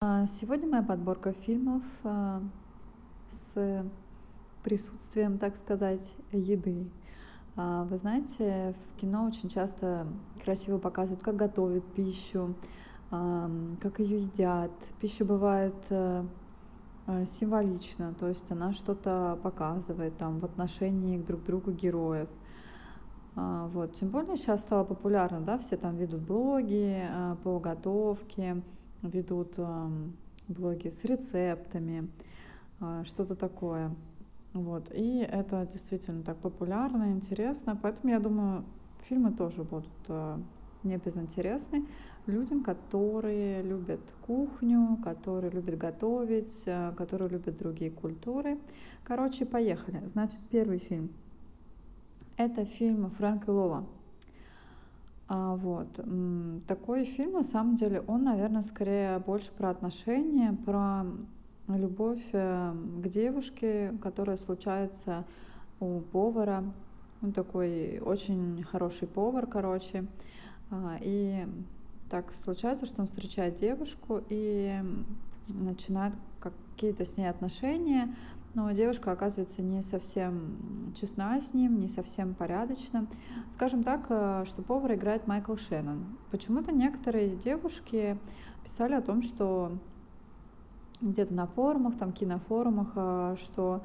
Сегодня моя подборка фильмов с присутствием, так сказать, еды. Вы знаете, в кино очень часто красиво показывают, как готовят пищу, как ее едят. Пища бывает символична, то есть она что-то показывает там в отношении друг к другу героев. Вот. Тем более сейчас стало популярно, да, все там ведут блоги по готовке, ведут блоги с рецептами, что-то такое. Вот. И это действительно так популярно, интересно. Поэтому я думаю, фильмы тоже будут не безинтересны людям, которые любят кухню, которые любят готовить, которые любят другие культуры. Короче, поехали. Значит, первый фильм. Это фильм «Фрэнк и Лола». Такой фильм, на самом деле, он, наверное, скорее больше про отношения, про любовь к девушке, которая случается у повара. Он такой очень хороший повар, короче. И так случается, что он встречает девушку и начинает какие-то с ней отношения, но девушка оказывается не совсем честна с ним, не совсем порядочна. Скажем так, что повар играет Майкл Шеннон. Почему-то некоторые девушки писали о том, что где-то на форумах, там кинофорумах, что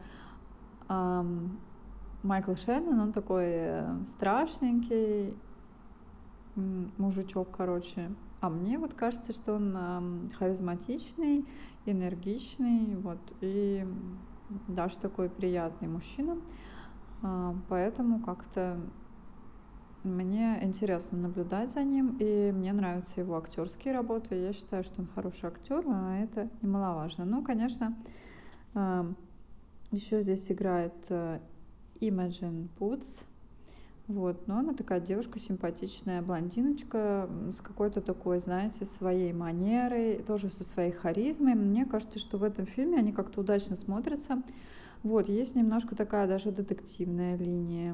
Майкл Шеннон, он такой страшненький мужичок, короче. А мне вот кажется, что он харизматичный, энергичный, вот, и даже такой приятный мужчина. Поэтому как-то мне интересно наблюдать за ним, и мне нравятся его актерские работы. Я считаю, что он хороший актер, а это немаловажно. Ну, конечно, еще здесь играет Имаджин Путс. Вот, но она такая девушка симпатичная, блондиночка, с какой-то такой, знаете, своей манерой, тоже со своей харизмой. Мне кажется, что в этом фильме они как-то удачно смотрятся. Вот, есть немножко такая даже детективная линия.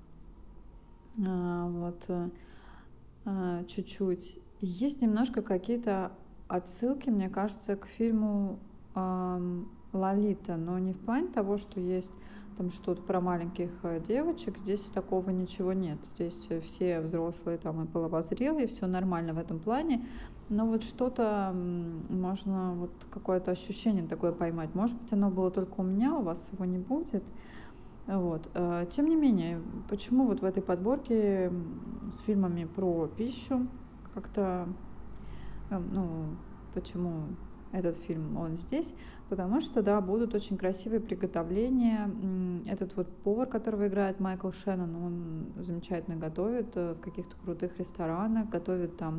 Вот, чуть-чуть. Есть немножко какие-то отсылки, мне кажется, к фильму «Лолита», но не в плане того, что есть там что-то про маленьких девочек. Здесь такого ничего нет. Здесь все взрослые там и половозрелые, все нормально в этом плане. Но вот что-то можно, вот какое-то ощущение такое поймать. Может быть, оно было только у меня, у вас его не будет. Вот. Тем не менее, почему вот в этой подборке с фильмами про пищу как-то, ну, почему этот фильм, он здесь? Потому что, да, будут очень красивые приготовления. Этот вот повар, которого играет Майкл Шеннон, он замечательно готовит в каких-то крутых ресторанах, готовит там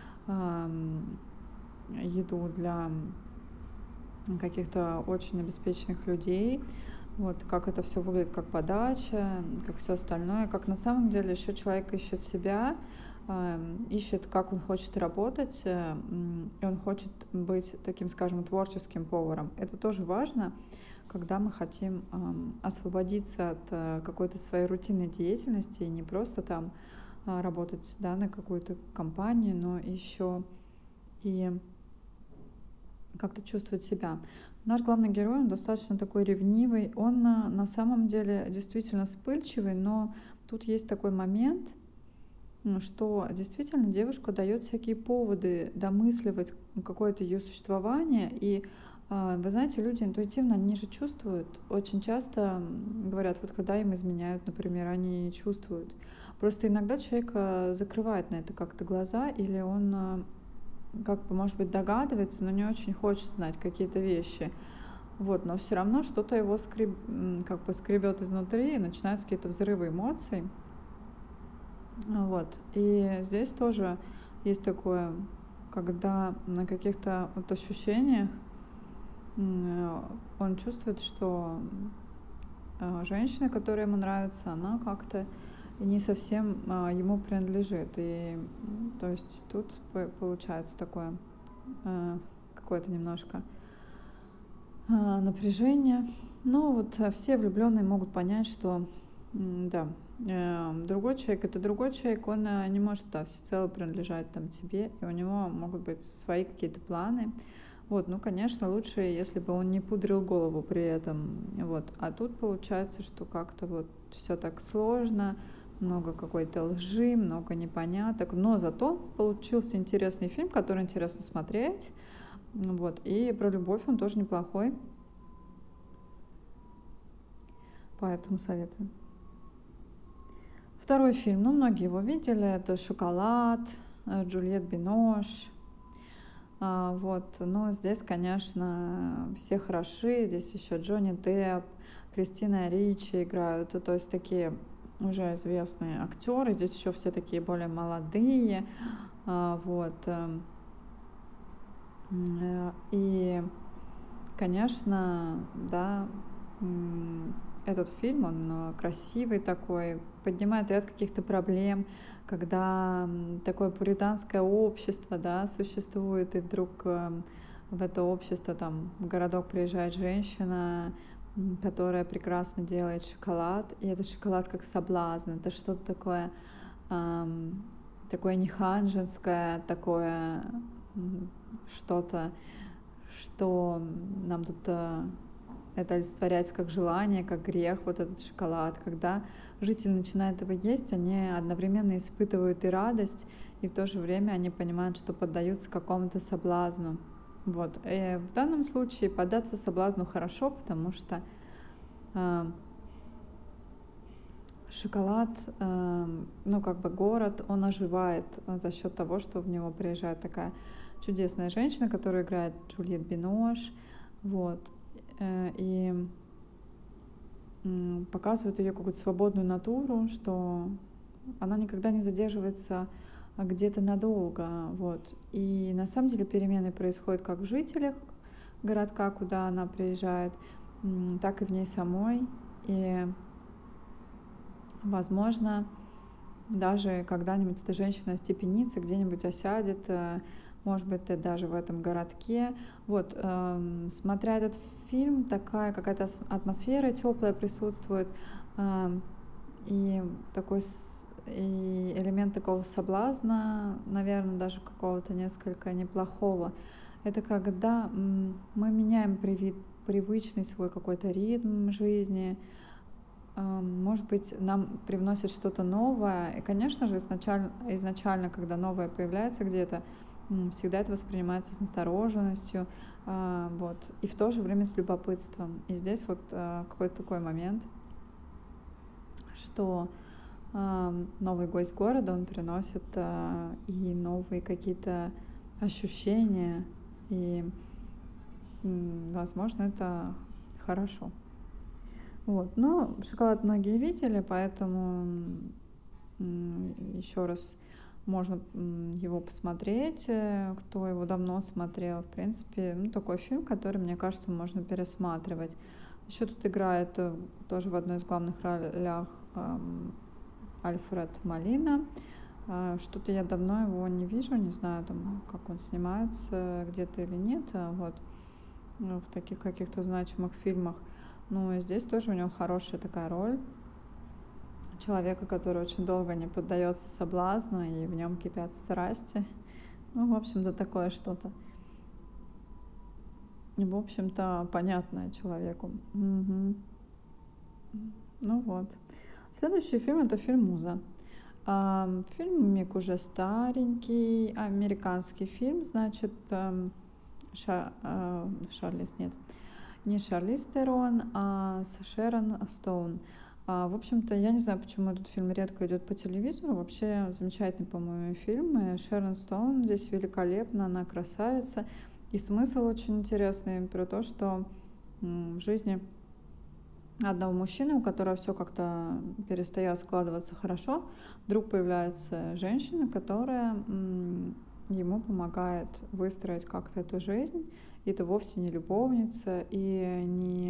еду для каких-то очень обеспеченных людей. Вот как это все выглядит, как подача, как все остальное, как на самом деле еще человек ищет себя, ищет, как он хочет работать, и он хочет быть таким, скажем, творческим поваром. Это тоже важно, когда мы хотим освободиться от какой-то своей рутинной деятельности и не просто там работать, да, на какую-то компанию, но еще и как-то чувствовать себя. Наш главный герой, он достаточно такой ревнивый, он на самом деле действительно вспыльчивый, но тут есть такой момент, что действительно девушка дает всякие поводы домысливать какое-то ее существование. И вы знаете, люди интуитивно, они же чувствуют. Очень часто говорят, вот когда им изменяют, например, они чувствуют. Просто иногда человек закрывает на это как-то глаза, или он как бы, может быть, догадывается, но не очень хочет знать какие-то вещи. Вот, но все равно что-то его как бы скребет изнутри, и начинаются какие-то взрывы эмоций. Вот. И здесь тоже есть такое, когда на каких-то вот ощущениях он чувствует, что женщина, которая ему нравится, она как-то не совсем ему принадлежит. И то есть тут получается такое какое-то немножко напряжение. Но вот все влюбленные могут понять, что да, другой человек это другой человек, он не может всецело принадлежать там тебе, и у него могут быть свои какие-то планы. Вот, ну, конечно, лучше, если бы он не пудрил голову при этом. Вот. А тут получается, что как-то вот все так сложно, много какой-то лжи, много непоняток. Но зато получился интересный фильм, который интересно смотреть. Ну вот. И про любовь он тоже неплохой. Поэтому советую. Второй фильм, ну, многие его видели, это «Шоколад», Джульет Бинош. Вот, но здесь, конечно, все хороши. Здесь еще Джонни Депп, Кристина Ричи играют. То есть такие уже известные актеры. Здесь еще все такие более молодые. Вот. И, конечно, да, этот фильм, он красивый такой, поднимает ряд каких-то проблем, когда такое пуританское общество, да, существует, и вдруг в это общество, там, в городок приезжает женщина, которая прекрасно делает шоколад, и этот шоколад как соблазн, это что-то такое, такое неханжеское, такое что-то, что нам тут это олицетворяется как желание, как грех, вот этот шоколад. Когда жители начинают его есть, они одновременно испытывают и радость, и в то же время они понимают, что поддаются какому-то соблазну. Вот. И в данном случае поддаться соблазну хорошо, потому что шоколад, ну, как бы город, он оживает за счет того, что в него приезжает такая чудесная женщина, которая играет Джульет Бинош, вот, и показывает ее какую-то свободную натуру, что она никогда не задерживается где-то надолго, вот. И на самом деле перемены происходят как в жителях городка, куда она приезжает, так и в ней самой, и возможно, даже когда-нибудь эта женщина остепенится, где-нибудь осядет, может быть, даже в этом городке. Вот, смотря этот фильм, такая какая-то атмосфера теплая присутствует, и такой и элемент такого соблазна, наверное, даже какого-то несколько неплохого. Это когда мы меняем привычный свой какой-то ритм жизни, может быть, нам привносит что-то новое. И, конечно же, изначально, когда новое появляется где-то, всегда это воспринимается с настороженностью, вот, и в то же время с любопытством. И здесь вот какой-то такой момент, что новый гость города, он приносит и новые какие-то ощущения, и, возможно, это хорошо. Вот. Но шоколад многие видели, поэтому еще раз можно его посмотреть, кто его давно смотрел. В принципе, ну, такой фильм, который, мне кажется, можно пересматривать. Еще тут играет тоже в одной из главных ролях Альфред Молина. Что-то я давно его не вижу, не знаю, там, как он снимается где-то или нет, вот, в таких каких-то значимых фильмах. Ну и здесь тоже у него хорошая такая роль человека, который очень долго не поддается соблазну, и в нем кипят страсти. Ну, в общем-то, такое что-то. В общем-то, понятное человеку. Угу. Ну вот. Следующий фильм — это фильм «Муза». Фильмик уже старенький, американский фильм, значит, Шарлиз, нет, не Шарлиз Терон, а с Шерон Стоун. В общем-то, я не знаю, почему этот фильм редко идет по телевизору. Вообще замечательный, по-моему, фильм. И Шерон Стоун здесь великолепна, она красавица. И смысл очень интересный про то, что в жизни одного мужчины, у которого все как-то перестает складываться хорошо, вдруг появляется женщина, которая ему помогает выстроить как-то эту жизнь. И это вовсе не любовница и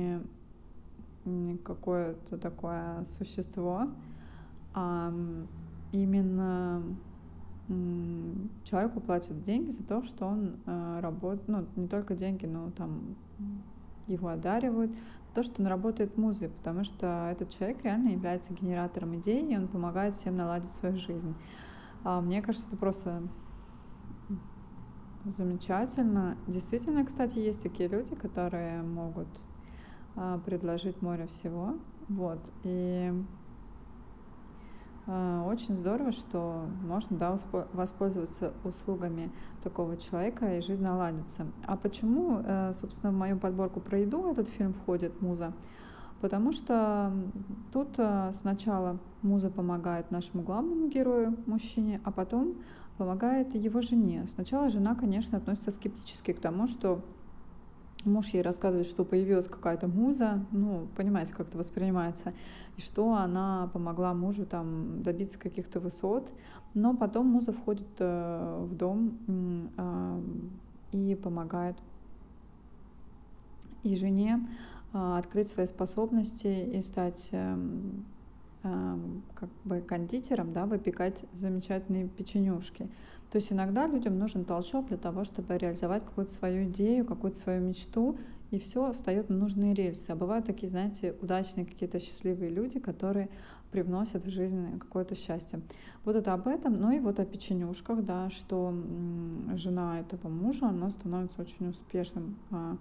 не какое-то такое существо, а именно человеку платят деньги за то, что он работает, ну, не только деньги, но там его одаривают, за то, что он работает музой, потому что этот человек реально является генератором идей, и он помогает всем наладить свою жизнь. Мне кажется, это просто замечательно. Действительно, кстати, есть такие люди, которые могут предложить море всего. Вот. И очень здорово, что можно, да, воспользоваться услугами такого человека, и жизнь наладится. А почему, собственно, в мою подборку про еду этот фильм входит «Муза»? Потому что тут сначала муза помогает нашему главному герою, мужчине, а потом помогает его жене. Сначала жена, конечно, относится скептически к тому, что муж ей рассказывает, что появилась какая-то муза, ну, понимаете, как это воспринимается, и что она помогла мужу там добиться каких-то высот. Но потом муза входит в дом и помогает и жене открыть свои способности и стать как бы кондитером, да, выпекать замечательные печенюшки. То есть иногда людям нужен толчок для того, чтобы реализовать какую-то свою идею, какую-то свою мечту, и все встает на нужные рельсы. А бывают такие, знаете, удачные какие-то счастливые люди, которые привносят в жизнь какое-то счастье. Вот это об этом. Ну и вот о печенюшках, да, что жена этого мужа, она становится очень успешным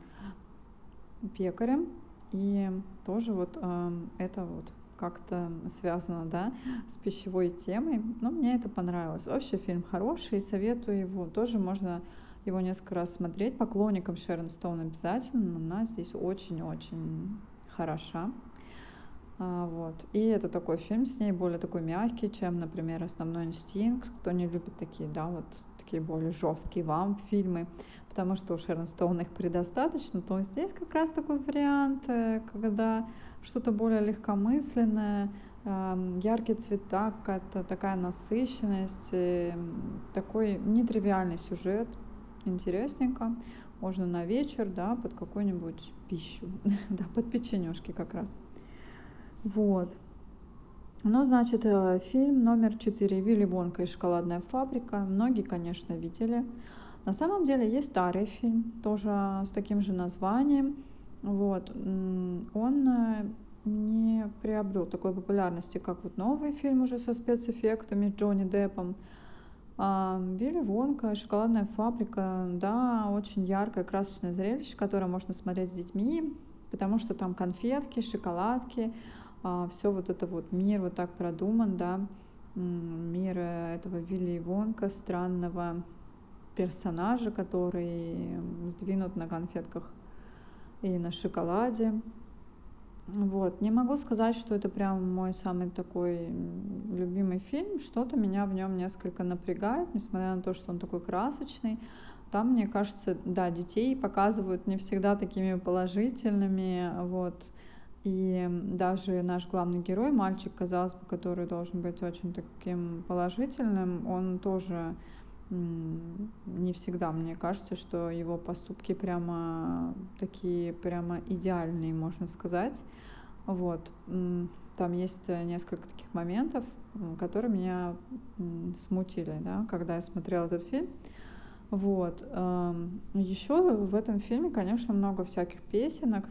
пекарем, и тоже вот это вот как-то связано, да, с пищевой темой. Но мне это понравилось. Вообще фильм хороший, советую его. Тоже можно его несколько раз смотреть. Поклонникам Шерон Стоун обязательно. Она здесь очень-очень хороша. Вот. И это такой фильм с ней более такой мягкий, чем, например, «Основной инстинкт». Кто не любит такие, да, вот такие более жесткие вамп-фильмы, потому что у Шерон Стоун их предостаточно, то здесь как раз такой вариант, когда что-то более легкомысленное, яркие цвета, какая-то такая насыщенность, такой нетривиальный сюжет, интересненько. Можно на вечер, да, под какую-нибудь пищу, да, под печенюшки как раз. Вот. Ну, значит, фильм номер 4 «Вилли Вонка и шоколадная фабрика». Многие, конечно, видели. На самом деле есть старый фильм, тоже с таким же названием. Вот. Он не приобрел такой популярности, как вот новый фильм уже со спецэффектами, с Джонни Деппом. «Вилли Вонка и шоколадная фабрика», да, очень яркое, красочное зрелище, которое можно смотреть с детьми, потому что там конфетки, шоколадки, все вот это вот мир вот так продуман, да, мир этого Вилли Вонка, странного персонажа, который сдвинут на конфетках и на шоколаде. Вот. Не могу сказать, что это прям мой самый такой любимый фильм. Что-то меня в нем несколько напрягает, несмотря на то, что он такой красочный. Там, мне кажется, да, детей показывают не всегда такими положительными, вот. И даже наш главный герой, мальчик, казалось бы, который должен быть очень таким положительным, он тоже не всегда, мне кажется, что его поступки прямо такие, прямо идеальные, можно сказать. Вот. Там есть несколько таких моментов, которые меня смутили, да, когда я смотрела этот фильм. Вот. Еще в этом фильме, конечно, много всяких песенок.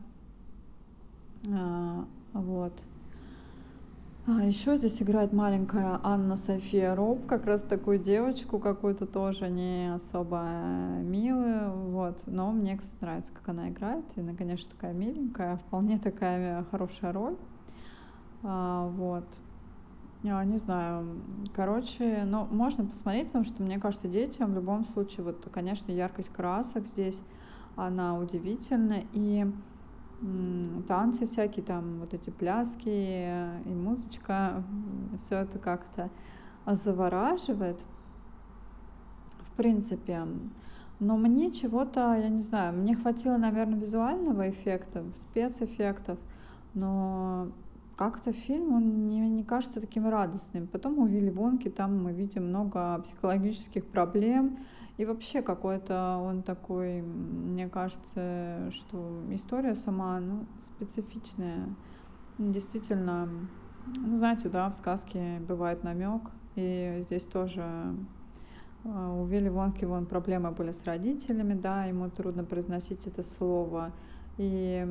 Вот. Еще здесь играет маленькая Анна София Роб, как раз такую девочку какую-то тоже не особо милую, вот. Но мне, кстати, нравится, как она играет. И она, конечно, такая миленькая, вполне такая хорошая роль. Вот. Не знаю. Короче, ну, можно посмотреть, потому что, мне кажется, детям в любом случае, вот, конечно, яркость красок здесь, она удивительна. И танцы всякие, там вот эти пляски и музычка, все это как-то завораживает, в принципе. Но мне чего-то, я не знаю, мне хватило, наверное, визуального эффекта, спецэффектов, но как-то фильм, он не кажется таким радостным. Потом у Вилли Вонки там мы видим много психологических проблем, и вообще какой-то он такой, мне кажется, что история сама, ну, специфичная. Действительно, ну, знаете, да, в сказке бывает намек, и здесь тоже у Вилли Вонки вон проблемы были с родителями, да, ему трудно произносить это слово. И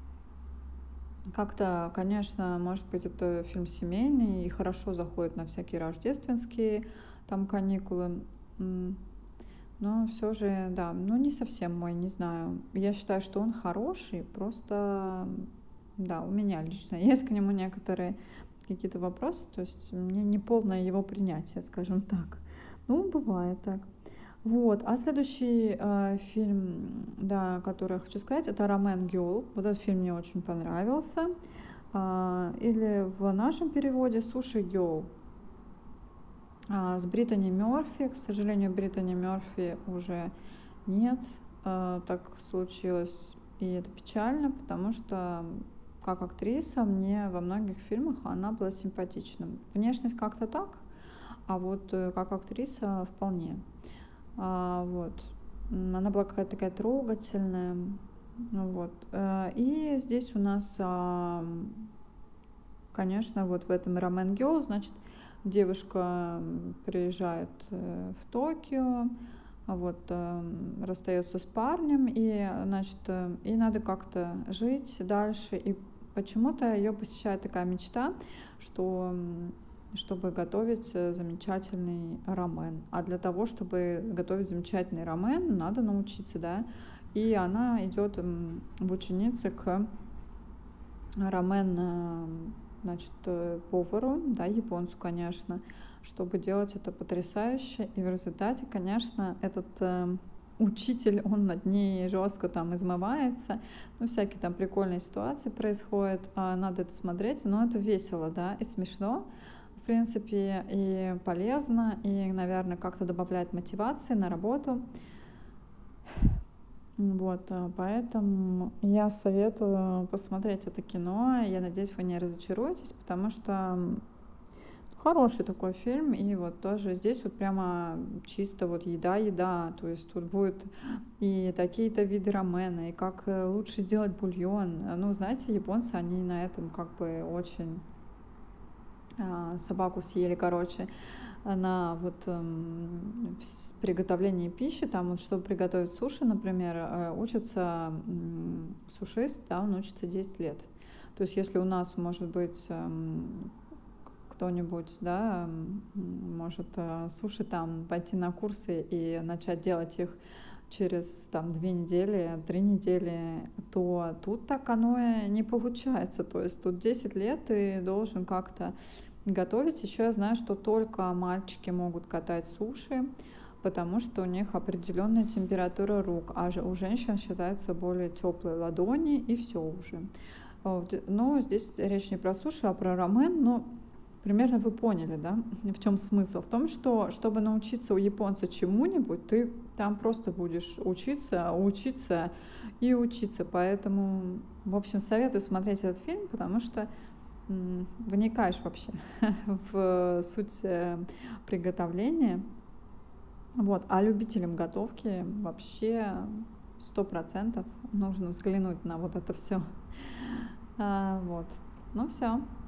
как-то, конечно, может быть, это фильм семейный и хорошо заходит на всякие рождественские там каникулы. но все же, да, ну не совсем мой, не знаю. Я считаю, что он хороший, просто, да, у меня лично есть к нему некоторые какие-то вопросы, то есть мне не полное его принятие, скажем так. Ну, бывает так. Вот, а следующий фильм, да, который я хочу сказать, это «Ромен Гёл». Вот этот фильм мне очень понравился. Или в нашем переводе «Суши Гёл». С Британи Мёрфи. К сожалению, Британи Мёрфи уже нет. Так случилось. И это печально, потому что как актриса мне во многих фильмах она была симпатична. Внешность как-то так, а вот как актриса вполне. Вот. Она была какая-то такая трогательная. Ну вот. И здесь у нас, конечно, вот в этом Ромен Гёрл, значит, девушка приезжает в Токио, вот, расстается с парнем, и, значит, и надо как-то жить дальше. И почему-то ее посещает такая мечта, что чтобы готовить замечательный рамен. А для того, чтобы готовить замечательный рамен, надо научиться, да. И она идет в ученицы к рамен, значит, повару, да, японцу, конечно, чтобы делать это потрясающе. И в результате, конечно, этот учитель, он над ней жестко там измывается, ну, всякие там прикольные ситуации происходят, надо это смотреть, но это весело, да, и смешно, в принципе, и полезно, и, наверное, как-то добавляет мотивации на работу. Вот, поэтому я советую посмотреть это кино. Я надеюсь, вы не разочаруетесь, потому что хороший такой фильм. И вот тоже здесь вот прямо чисто вот еда. То есть тут будет и такие-то виды рамена, и как лучше сделать бульон. Ну, знаете, японцы, они на этом как бы очень собаку съели, короче, на вот приготовлении пищи, там вот, чтобы приготовить суши, например, учится сушист, да, он учится 10 лет. То есть если у нас, может быть, кто-нибудь, да, может суши там пойти на курсы и начать делать их через там 2 недели, 3 недели, то тут так оно и не получается. То есть тут 10 лет ты должен как-то готовить. Еще я знаю, что только мальчики могут катать суши, потому что у них определенная температура рук, а у женщин считается более теплые ладони, и все уже. Вот. Но здесь речь не про суши, а про рамен, но примерно вы поняли, да, в чем смысл? В том, что чтобы научиться у японца чему-нибудь, ты там просто будешь учиться и учиться. Поэтому, в общем, советую смотреть этот фильм, потому что вникаешь вообще в суть приготовления. Вот. А любителям готовки вообще 100% нужно взглянуть на вот это все. Вот. Ну все.